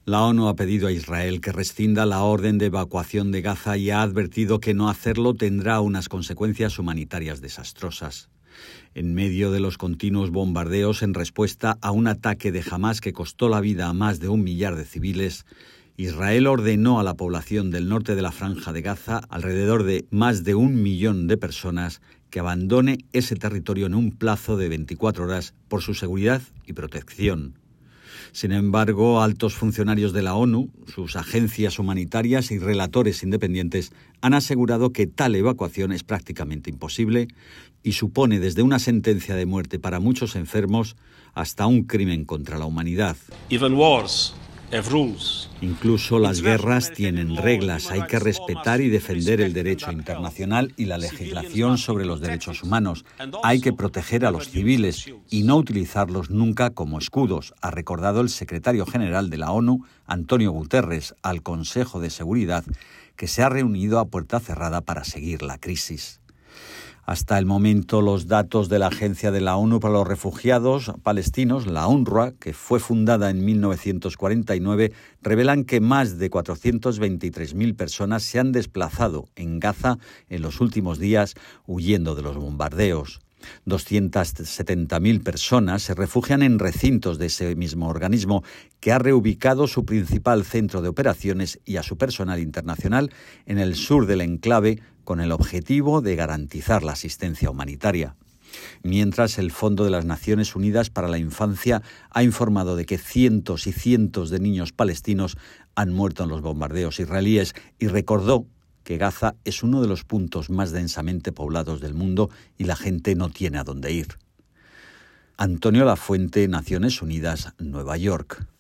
La ONU ha pedido a Israel que rescinda la orden de evacuación de Gaza y ha advertido que no hacerlo tendrá unas consecuencias humanitarias desastrosas. En medio de los continuos bombardeos en respuesta a un ataque de Hamás que costó la vida a más de 1 millar de civiles, Israel ordenó a la población del norte de la Franja de Gaza, alrededor de más de 1 millón de personas, que abandone ese territorio en un plazo de 24 horas por su seguridad y protección. Sin embargo, altos funcionarios de la ONU, sus agencias humanitarias y relatores independientes han asegurado que tal evacuación es prácticamente imposible y supone desde una sentencia de muerte para muchos enfermos hasta un crimen contra la humanidad. Incluso las guerras tienen reglas, hay que respetar y defender el derecho internacional y la legislación sobre los derechos humanos. Hay que proteger a los civiles y no utilizarlos nunca como escudos, ha recordado el secretario general de la ONU, Antonio Guterres, al Consejo de Seguridad, que se ha reunido a puerta cerrada para seguir la crisis. Hasta el momento, los datos de la Agencia de la ONU para los Refugiados Palestinos, la UNRWA, que fue fundada en 1949, revelan que más de 423.000 personas se han desplazado en Gaza en los últimos días huyendo de los bombardeos. 270.000 personas se refugian en recintos de ese mismo organismo, que ha reubicado su principal centro de operaciones y a su personal internacional en el sur del enclave, con el objetivo de garantizar la asistencia humanitaria. Mientras, el Fondo de las Naciones Unidas para la Infancia ha informado de que cientos y cientos de niños palestinos han muerto en los bombardeos israelíes y recordó que Gaza es uno de los puntos más densamente poblados del mundo y la gente no tiene a dónde ir. Antonio Lafuente, Naciones Unidas, Nueva York.